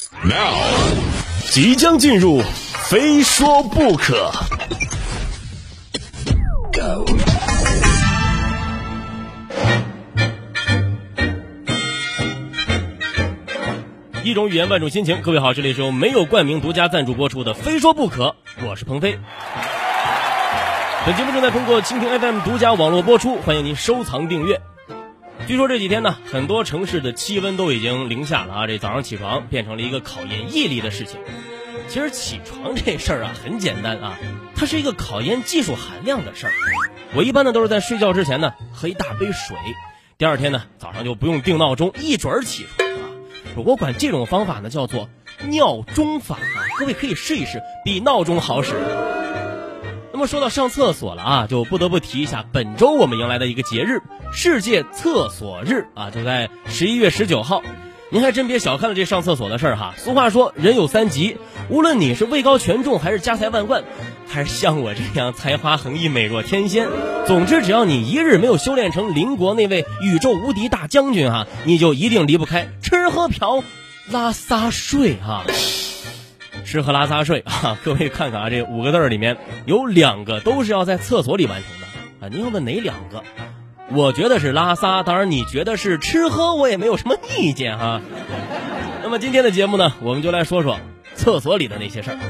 Now， 即将进入，非说不可。 一种语言万种心情，各位好，这里是由没有冠名独家赞助播出的非说不可，我是鹏飞。本节目正在通过蜻蜓 FM 独家网络播出，欢迎您收藏订阅。据说这几天呢，很多城市的气温都已经零下了啊，这早上起床变成了一个考验毅力的事情。其实起床这事儿啊很简单啊，它是一个考验技术含量的事儿。我一般呢都是在睡觉之前呢喝一大杯水，第二天呢早上就不用定闹钟，一准儿起床啊。我管这种方法呢叫做尿钟法啊，各位可以试一试，比闹钟好使。那么说到上厕所了啊，就不得不提一下本周我们迎来的一个节日——世界厕所日啊，就在11月19号。您还真别小看了这上厕所的事儿哈。俗话说人有三急，无论你是位高权重，还是家财万贯，还是像我这样才华横溢、美若天仙，总之只要你一日没有修炼成邻国那位宇宙无敌大将军哈，你就一定离不开吃喝嫖拉撒睡哈。吃喝拉撒睡啊，各位看看啊，这5个字里面有2个都是要在厕所里完成的啊。您要问哪2个？我觉得是拉撒，当然你觉得是吃喝，我也没有什么意见哈。那么今天的节目呢，我们就来说说厕所里的那些事儿。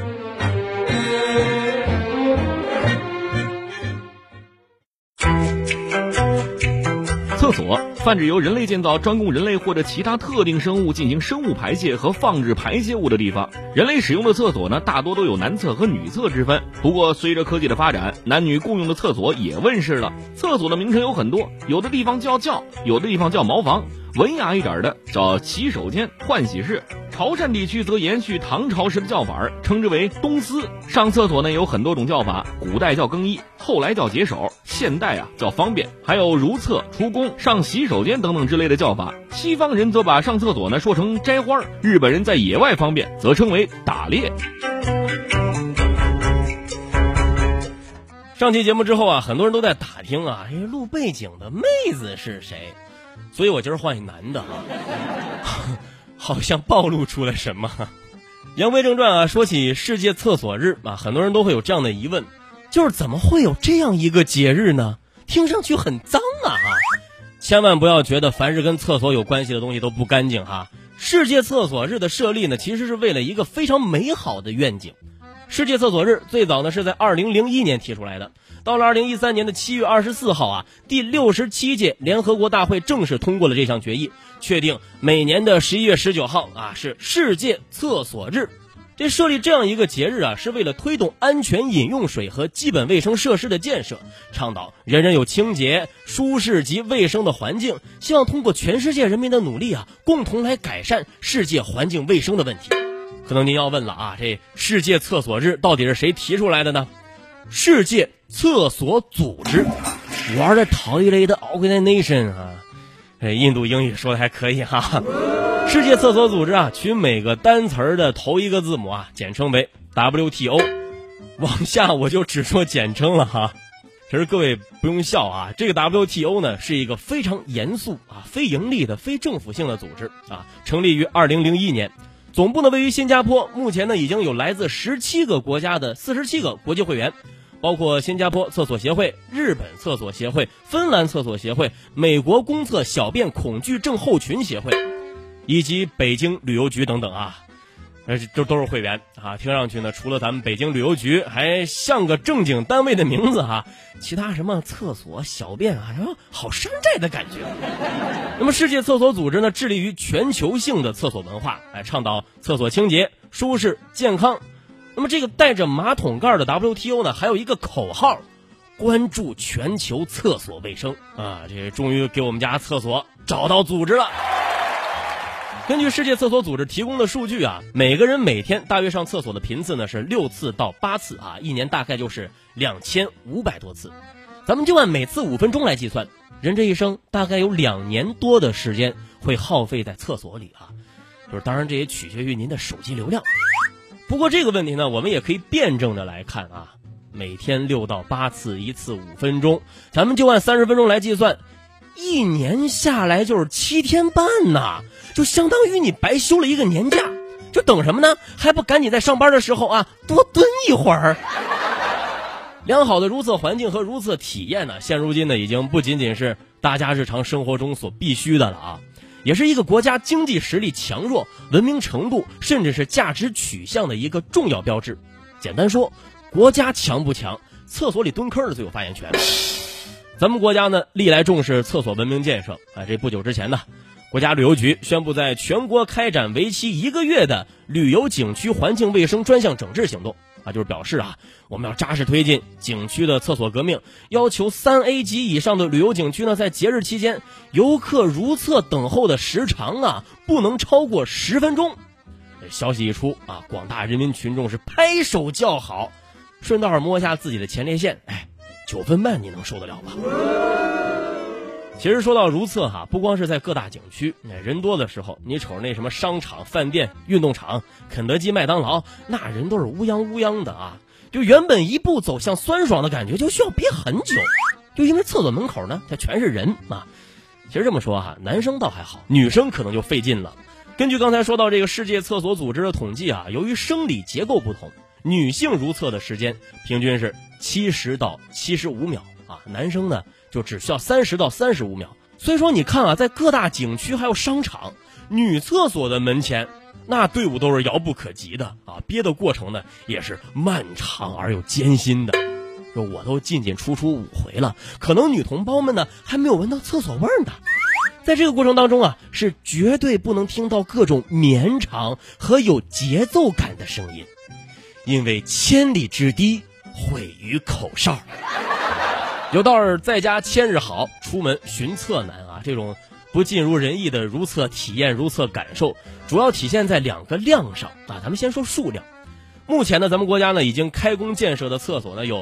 厕所泛指由人类建造，专供人类或者其他特定生物进行生物排泄和放置排泄物的地方。人类使用的厕所呢，大多都有男厕和女厕之分。不过随着科技的发展，男女共用的厕所也问世了。厕所的名称有很多，有的地方叫窖，有的地方叫茅房，文雅一点的叫洗手间、换洗室。潮汕地区则延续唐朝时的叫法，称之为东司。上厕所呢有很多种叫法，古代叫更衣，后来叫解手，现代叫方便，还有如厕、出宫、上洗手间等等之类的叫法。西方人则把上厕所呢说成摘花，日本人在野外方便则称为打猎。 上期节目之后啊，很多人都在打听啊，这录背景的妹子是谁，所以我今儿换一男的好像暴露出了什么。言归正传啊，说起世界厕所日啊，很多人都会有这样的疑问，就是怎么会有这样一个节日呢？听上去很脏啊千万不要觉得凡是跟厕所有关系的东西都不干净哈。世界厕所日的设立呢，其实是为了一个非常美好的愿景。世界厕所日最早呢是在2001年提出来的，到了2013年的7月24号啊，第67届联合国大会正式通过了这项决议，确定每年的11月19号啊是世界厕所日。这设立这样一个节日啊，是为了推动安全饮用水和基本卫生设施的建设，倡导人人有清洁、舒适及卫生的环境，希望通过全世界人民的努力啊，共同来改善世界环境卫生的问题。可能您要问了啊，这世界厕所日到底是谁提出来的呢？世界厕所组织 World Toilet Organization 啊，印度英语说的还可以哈。世界厕所组织啊，取每个单词的头一个字母啊，简称为 WTO。往下我就只说简称了哈。其实各位不用笑啊，这个 WTO 呢是一个非常严肃啊、非盈利的非政府性的组织啊，成立于2001年。总部呢位于新加坡，目前呢已经有来自17个国家的47个国际会员，包括新加坡厕所协会、日本厕所协会、芬兰厕所协会、美国公厕小便恐惧症候群协会，以及北京旅游局等等啊。这都是会员啊，听上去呢，除了咱们北京旅游局，还像个正经单位的名字哈。其他什么厕所、小便啊，好山寨的感觉。那么，世界厕所组织呢，致力于全球性的厕所文化，倡导厕所清洁、舒适、健康。那么，这个带着马桶盖的 WTO 呢，还有一个口号：关注全球厕所卫生啊！这终于给我们家厕所找到组织了。根据世界厕所组织提供的数据啊，每个人每天大约上厕所的频次呢是6次到8次啊，一年大概就是2500多次。咱们就按每次5分钟来计算，人这一生大概有2年多的时间会耗费在厕所里啊。就是当然这也取决于您的手机流量。不过这个问题呢，我们也可以辩证的来看啊，每天6到8次，一次5分钟，咱们就按30分钟来计算。一年下来就是7天半呐，就相当于你白休了一个年假。 这等什么呢？还不赶紧在上班的时候啊多蹲一会儿。良好的如厕环境和如厕体验呢，现如今呢已经不仅仅是大家日常生活中所必须的了啊，也是一个国家经济实力强弱、文明程度甚至是价值取向的一个重要标志。简单说，国家强不强，厕所里蹲坑的最有发言权。咱们国家呢历来重视厕所文明建设啊，这不久之前呢，国家旅游局宣布在全国开展为期1个月的旅游景区环境卫生专项整治行动啊，就是表示啊，我们要扎实推进景区的厕所革命，要求3A 级以上的旅游景区呢，在节日期间游客如厕等候的时长啊，不能超过10分钟。消息一出啊，广大人民群众是拍手叫好，顺道摸一下自己的前列腺，9分半你能受得了吧？其实说到如厕哈，不光是在各大景区，人多的时候，你瞅那什么商场、饭店、运动场、肯德基、麦当劳，那人都是乌泱乌泱的啊！就原本一步走向酸爽的感觉，就需要憋很久，就因为厕所门口呢，它全是人啊。其实这么说哈，男生倒还好，女生可能就费劲了。根据刚才说到这个世界厕所组织的统计啊，由于生理结构不同，女性如厕的时间平均是70到75秒啊，男生呢就只需要30到35秒。所以说你看啊，在各大景区还有商场，女厕所的门前那队伍都是遥不可及的啊，憋的过程呢也是漫长而又艰辛的。说我都进出5回了，可能女同胞们呢还没有闻到厕所味儿呢。在这个过程当中啊，是绝对不能听到各种绵长和有节奏感的声音，因为千里之堤毁于口哨。有道儿在家千日好，出门寻厕难啊！这种不尽如人意的如厕体验、如厕感受，主要体现在2个量上啊。咱们先说数量。目前呢，咱们国家呢已经开工建设的厕所呢有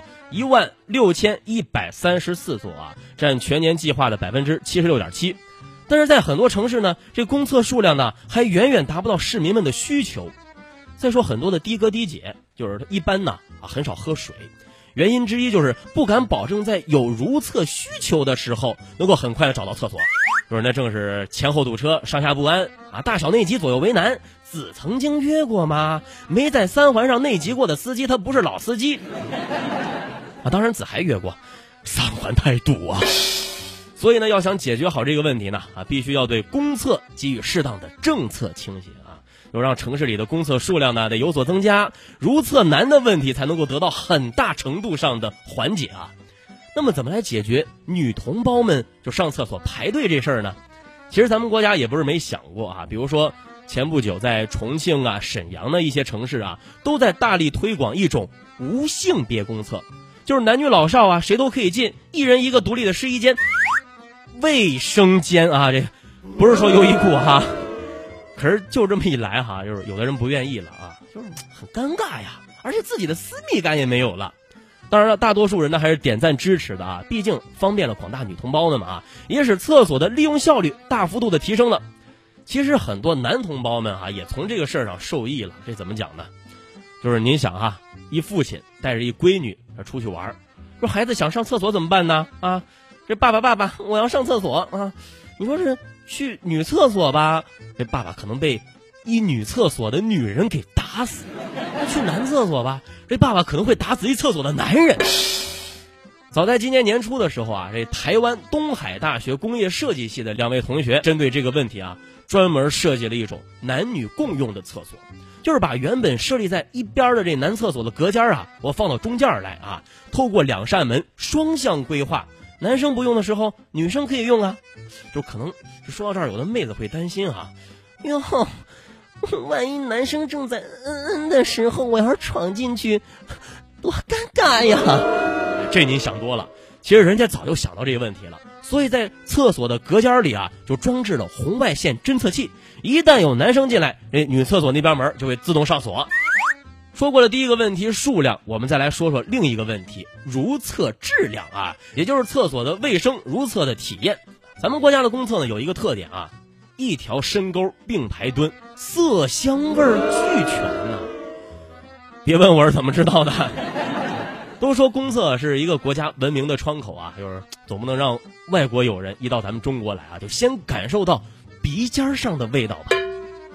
16134座啊，占全年计划的76.7%。但是在很多城市呢，这公厕数量呢还远远达不到市民们的需求。再说很多的的哥的姐，就是一般呢很少喝水。原因之一就是不敢保证在有如厕需求的时候能够很快的找到厕所，就是那正是前后堵车、上下不安啊，大小内急、左右为难。子曾经约过吗？没在3环上内急过的司机，他不是老司机啊。当然子还约过，3环太堵啊。所以呢，要想解决好这个问题呢必须要对公厕给予适当的政策倾斜啊。就让城市里的公厕数量呢得有所增加，如厕难的问题才能够得到很大程度上的缓解啊。那么怎么来解决女同胞们就上厕所排队这事儿呢？其实咱们国家也不是没想过啊，比如说前不久在重庆啊、沈阳的一些城市啊，都在大力推广一种无性别公厕，就是男女老少啊谁都可以进，一人一个独立的试衣间、卫生间啊，这不是说优衣库哈。可是就这么一来哈，就是有的人不愿意了啊，就是很尴尬呀，而且自己的私密感也没有了。当然了，大多数人呢还是点赞支持的啊，毕竟方便了广大女同胞们嘛啊，也使厕所的利用效率大幅度的提升了。其实很多男同胞们也从这个事儿上受益了。这怎么讲呢？就是您想哈，一父亲带着一闺女出去玩，说孩子想上厕所怎么办呢？啊，这爸爸，我要上厕所啊！你说是去女厕所吧，这爸爸可能被一女厕所的女人给打死；那去男厕所吧，这爸爸可能会打死一厕所的男人。早在今年年初的时候啊，这台湾东海大学工业设计系的2位同学针对这个问题啊，专门设计了一种男女共用的厕所，就是把原本设立在一边的这男厕所的隔间啊，我放到中间来啊，透过2扇门双向规划，男生不用的时候，女生可以用啊。就可能说到这儿，有的妹子会担心啊，哟，万一男生正在的时候，我要是闯进去，多尴尬呀！这您想多了，其实人家早就想到这个问题了，所以在厕所的隔间里啊，就装置了红外线侦测器，一旦有男生进来，女厕所那边门就会自动上锁。说过了第一个问题数量，我们再来说说另一个问题，如厕质量啊，也就是厕所的卫生如厕的体验。咱们国家的公厕呢有一个特点啊，一条深沟并排蹲，色香味俱全啊。别问我是怎么知道的，都说公厕是一个国家文明的窗口啊，就是总不能让外国友人一到咱们中国来啊，就先感受到鼻尖上的味道吧。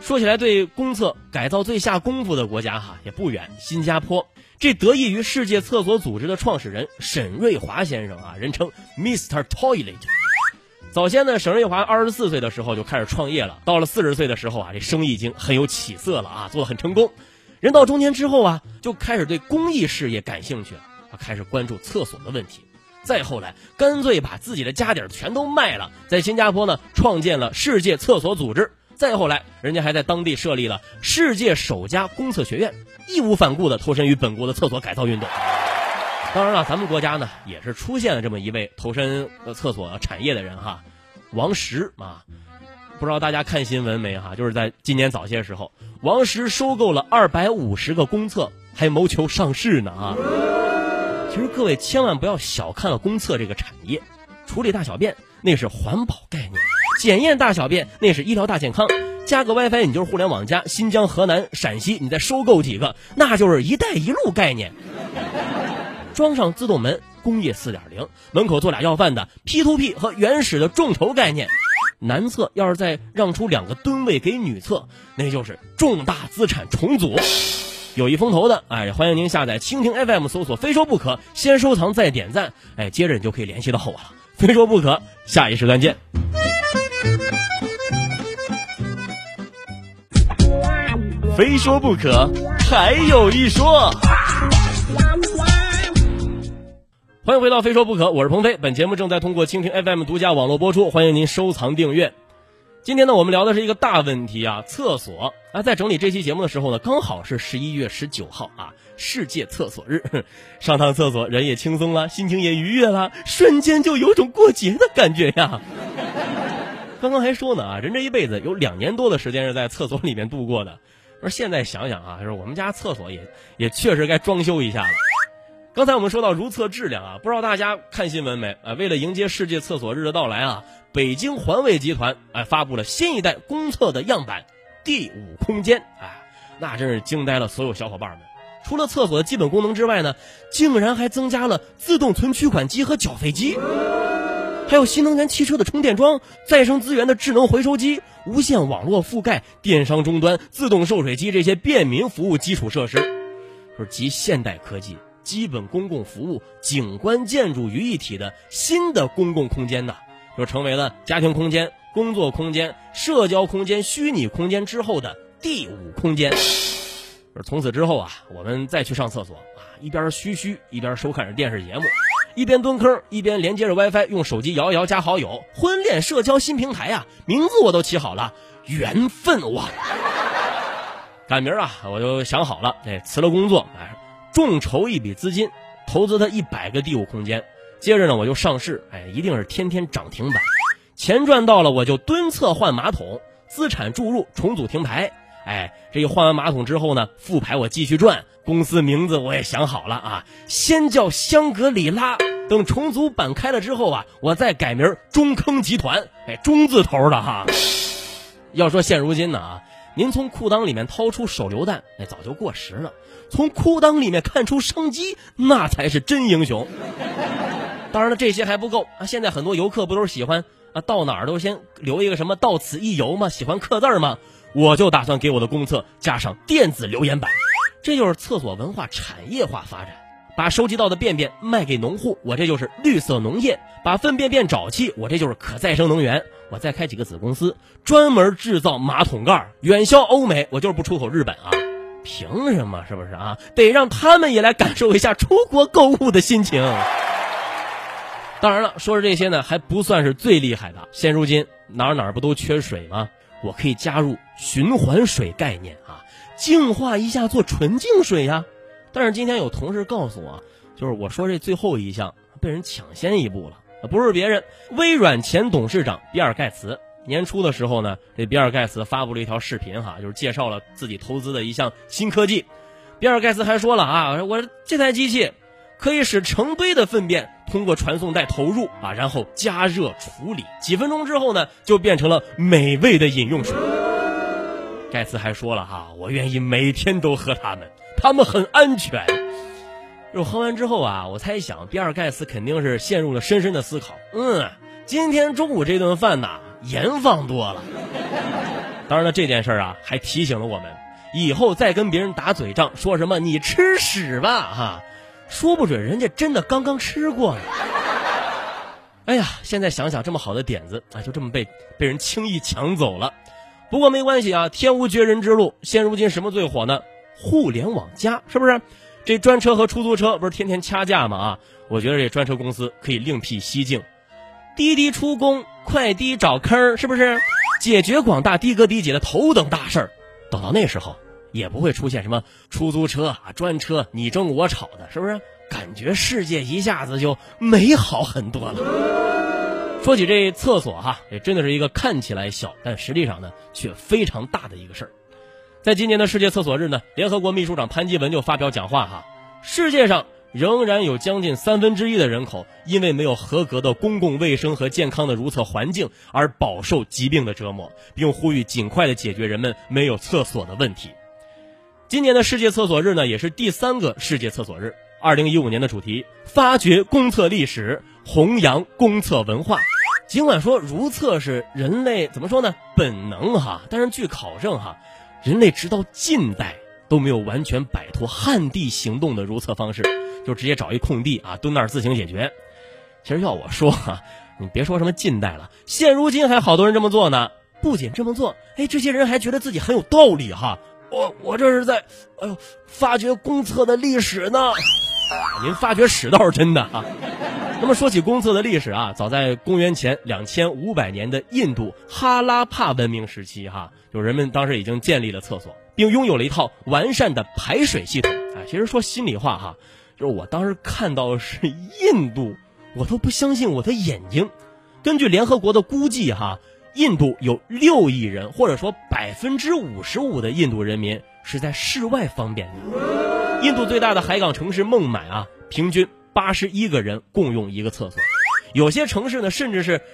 说起来，对公厕改造最下功夫的国家也不远，新加坡。这得益于世界厕所组织的创始人沈瑞华先生人称 Mr. Toilet。早先呢，沈瑞华24岁的时候就开始创业了，到了40岁的时候这生意已经很有起色了做得很成功。人到中年之后就开始对公益事业感兴趣了，开始关注厕所的问题。再后来，干脆把自己的家底全都卖了，在新加坡呢创建了世界厕所组织。再后来，人家还在当地设立了世界首家公厕学院，义无反顾地投身于本国的厕所改造运动。当然了，咱们国家呢也是出现了这么一位投身厕所产业的人王石不知道大家看新闻没就是在今年早些时候，王石收购了250个公厕，还谋求上市呢其实各位千万不要小看了公厕这个产业，处理大小便那是环保概念，检验大小便那是医疗大健康，加个 WiFi 你就是互联网加，新疆、河南、陕西你再收购几个，那就是一带一路概念。装上自动门，工业 4.0， 门口坐俩要饭的 P2P 和原始的众筹概念。男厕要是再让出2个吨位给女厕，那就是重大资产重组。有意风投的欢迎您下载蜻蜓 FM 搜索非说不可，先收藏再点赞接着你就可以联系到我了。非说不可，下一时段见。 非说不可，还有一说。 欢迎回到非说不可，我是鹏飞。本节目正在通过蜻蜓 FM 独家网络播出，欢迎您收藏订阅。今天呢，我们聊的是一个大问题厕所在整理这期节目的时候呢，刚好是11月19号世界厕所日。上趟厕所人也轻松了，心情也愉悦了，瞬间就有种过节的感觉呀。刚刚还说呢人这一辈子有2年多的时间是在厕所里面度过的，而现在想想就是我们家厕所也确实该装修一下了。刚才我们说到如厕质量不知道大家看新闻没为了迎接世界厕所日的到来北京环卫集团发布了新一代公厕的样板第5空间那真是惊呆了所有小伙伴们。除了厕所的基本功能之外呢，竟然还增加了自动存取款机和缴费机，还有新能源汽车的充电桩、再生资源的智能回收机、无线网络覆盖、电商终端、自动售水机这些便民服务基础设施，说集现代科技、基本公共服务、景观建筑于一体的新的公共空间就成为了家庭空间、工作空间、社交空间、虚拟空间之后的第5空间。从此之后我们再去上厕所一边嘘嘘一边收看着电视节目，一边蹲坑一边连接着 WiFi， 用手机摇一摇加好友，婚恋社交新平台名字我都起好了，缘分网。赶明儿我就想好了，辞了工作众筹一笔资金，投资他100个第5空间。接着呢，我就上市，一定是天天涨停板。钱赚到了，我就蹲厕换马桶，资产注入，重组停牌。这一换完马桶之后呢，复牌我继续赚。公司名字我也想好了先叫香格里拉。等重组版开了之后我再改名中坑集团，中字头的要说现如今呢您从裤裆里面掏出手榴弹，早就过时了。从裤裆里面看出商机，那才是真英雄。当然了，这些还不够现在很多游客不都是喜欢到哪儿都先留一个什么到此一游吗？喜欢刻字吗？我就打算给我的公厕加上电子留言板，这就是厕所文化产业化发展。把收集到的便便卖给农户，我这就是绿色农业；把粪便变沼气，我这就是可再生能源。我再开几个子公司，专门制造马桶盖，远销欧美，我就是不出口日本凭什么？是不是得让他们也来感受一下出国购物的心情。当然了，说着这些呢，还不算是最厉害的。现如今哪儿不都缺水吗？我可以加入循环水概念净化一下做纯净水但是今天有同事告诉我，就是我说这最后一项被人抢先一步了，不是别人，微软前董事长比尔盖茨。年初的时候呢，这比尔盖茨发布了一条视频就是介绍了自己投资的一项新科技。比尔盖茨还说了我这台机器可以使成堆的粪便通过传送带投入然后加热处理，几分钟之后呢，就变成了美味的饮用水。盖茨还说了我愿意每天都喝它们很安全。我喝完之后我猜想比尔盖茨肯定是陷入了深深的思考。今天中午这顿饭盐放多了。 当然了，这件事啊还提醒了我们，以后再跟别人打嘴仗，说什么你吃屎吧说不准人家真的刚刚吃过呢。哎呀，现在想想这么好的点子就这么被人轻易抢走了。不过没关系天无绝人之路，现如今什么最火呢？互联网加，是不是？这专车和出租车不是天天掐架吗我觉得这专车公司可以另辟蹊径，滴滴出工，快滴找坑，是不是？解决广大的哥的姐的头等大事儿。等到那时候也不会出现什么出租车专车你争我吵的，是不是？感觉世界一下子就美好很多了。说起这厕所也真的是一个看起来小，但实际上呢却非常大的一个事儿。在今年的世界厕所日呢，联合国秘书长潘基文就发表讲话世界上仍然有将近1/3的人口因为没有合格的公共卫生和健康的如厕环境而饱受疾病的折磨，并呼吁尽快的解决人们没有厕所的问题。今年的世界厕所日呢，也是第3个世界厕所日。2015年的主题：发掘公厕历史，弘扬公厕文化。尽管说如厕是人类怎么说呢本能但是据考证人类直到近代都没有完全摆脱旱地行动的如厕方式，就直接找一空地蹲那儿自行解决。其实要我说你别说什么近代了，现如今还好多人这么做呢。不仅这么做，这些人还觉得自己很有道理我这是在发掘公厕的历史呢。您发掘史倒是真的那么说起公厕的历史早在公元前2500年的印度哈拉帕文明时期就是人们当时已经建立了厕所，并拥有了一套完善的排水系统其实说心里话就是我当时看到的是印度，我都不相信我的眼睛。根据联合国的估计印度有6亿人，或者说55%的印度人民是在室外方便的。印度最大的海港城市孟买平均81个人共用一个厕所，有些城市呢甚至是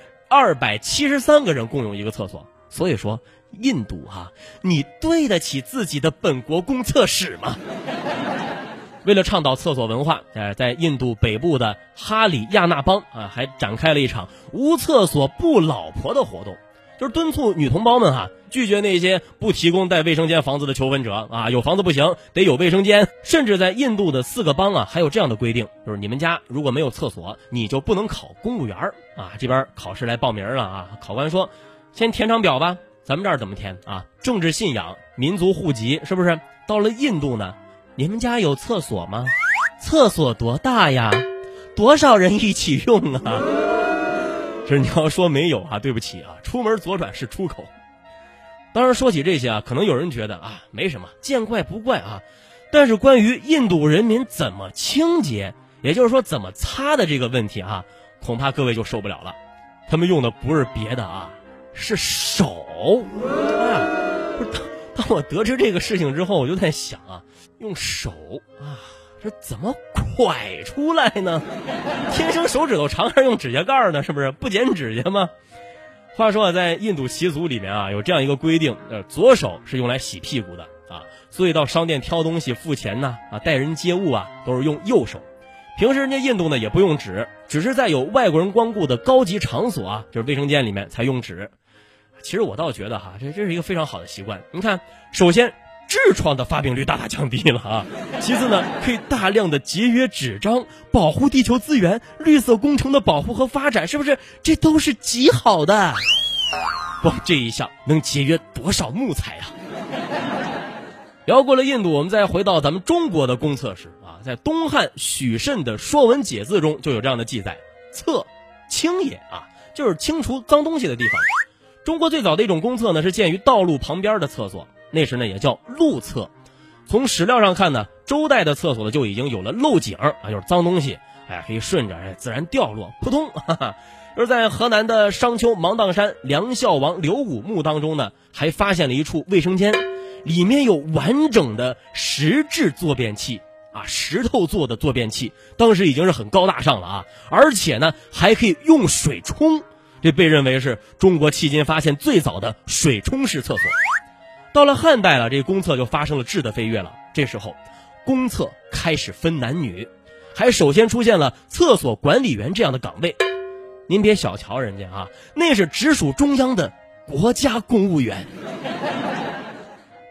273个人共用一个厕所。所以说印度你对得起自己的本国公厕史吗？为了倡导厕所文化，在印度北部的哈里亚纳邦还展开了一场无厕所不老婆的活动，就是敦促女同胞们拒绝那些不提供带卫生间房子的求婚者有房子不行，得有卫生间。甚至在印度的4个邦还有这样的规定，就是你们家如果没有厕所，你就不能考公务员这边考试来报名了考官说先填张表吧，咱们这儿怎么填政治信仰、民族户籍，是不是？到了印度呢，你们家有厕所吗？厕所多大呀？多少人一起用就是你要说没有对不起出门左转是出口。当然说起这些可能有人觉得没什么，见怪不怪但是关于印度人民怎么清洁，也就是说怎么擦的这个问题恐怕各位就受不了了。他们用的不是别的是手当我得知这个事情之后，我就在想用手这怎么蒯出来呢？天生手指头长还是用指甲盖呢？是不是不剪指甲吗？话说在印度习俗里面有这样一个规定，左手是用来洗屁股的所以到商店挑东西、付钱待人接物都是用右手。平时人家印度呢也不用纸，只是在有外国人光顾的高级场所就是卫生间里面才用纸。其实我倒觉得这是一个非常好的习惯。你看，首先痔疮的发病率大大降低了其次呢，可以大量的节约纸张，保护地球资源，绿色工程的保护和发展，是不是这都是极好的？光这一项能节约多少木材聊过了印度，我们再回到咱们中国的公厕史在东汉许慎的《说文解字》中就有这样的记载：厕，清也就是清除脏东西的地方。中国最早的一种公厕呢，是建于道路旁边的厕所，那时呢也叫路厕。从史料上看呢，周代的厕所呢就已经有了漏井就是脏东西可以顺着自然掉落，扑通而在河南的商丘芒砀山梁孝王刘武墓当中呢，还发现了一处卫生间，里面有完整的石质坐便器石头做的坐便器，当时已经是很高大上了而且呢还可以用水冲，这被认为是中国迄今发现最早的水冲式厕所。到了汉代了，这公厕就发生了质的飞跃了。这时候公厕开始分男女，还首先出现了厕所管理员这样的岗位。您别小瞧人家那是直属中央的国家公务员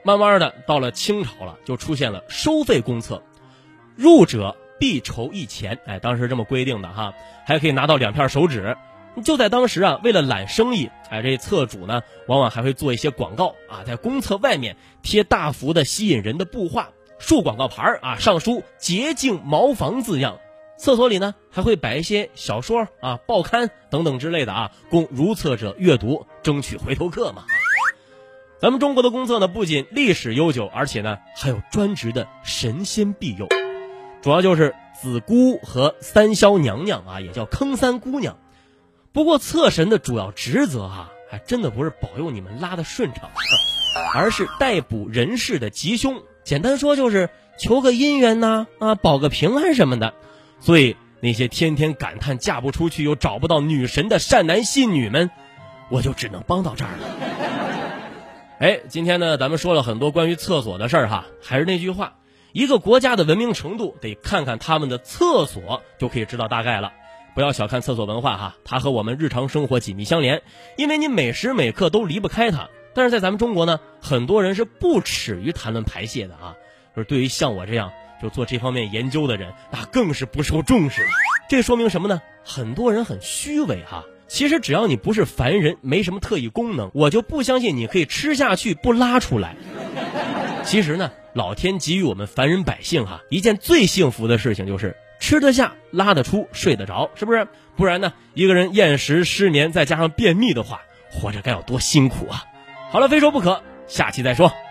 慢慢的到了清朝了，就出现了收费公厕，入者必筹1钱，当时这么规定的哈，还可以拿到2片手指。就在当时啊，为了揽生意，这厕主呢往往还会做一些广告啊，在公厕外面贴大幅的吸引人的布画，竖广告牌啊，上书洁净茅房字样。厕所里呢还会摆一些小说啊、报刊等等之类的啊，供如厕者阅读，争取回头客嘛。咱们中国的公厕呢，不仅历史悠久，而且呢还有专职的神仙庇佑，主要就是紫姑和三霄娘娘啊，也叫坑三姑娘。不过厕神的主要职责还真的不是保佑你们拉得顺畅，而是逮捕人世的吉凶，简单说就是求个姻缘呐，保个平安什么的。所以那些天天感叹嫁不出去又找不到女神的善男信女们，我就只能帮到这儿了。今天呢咱们说了很多关于厕所的事儿还是那句话，一个国家的文明程度得看看他们的厕所就可以知道大概了。不要小看厕所文化它和我们日常生活紧密相连，因为你每时每刻都离不开它。但是在咱们中国呢，很多人是不耻于谈论排泄的就是对于像我这样就做这方面研究的人，那更是不受重视了。这说明什么呢？很多人很虚伪其实只要你不是凡人，没什么特异功能，我就不相信你可以吃下去不拉出来。其实呢，老天给予我们凡人百姓一件最幸福的事情就是吃得下、拉得出、睡得着，是不是？不然呢，一个人厌食、失眠，再加上便秘的话，活着该有多辛苦啊！好了，非说不可，下期再说。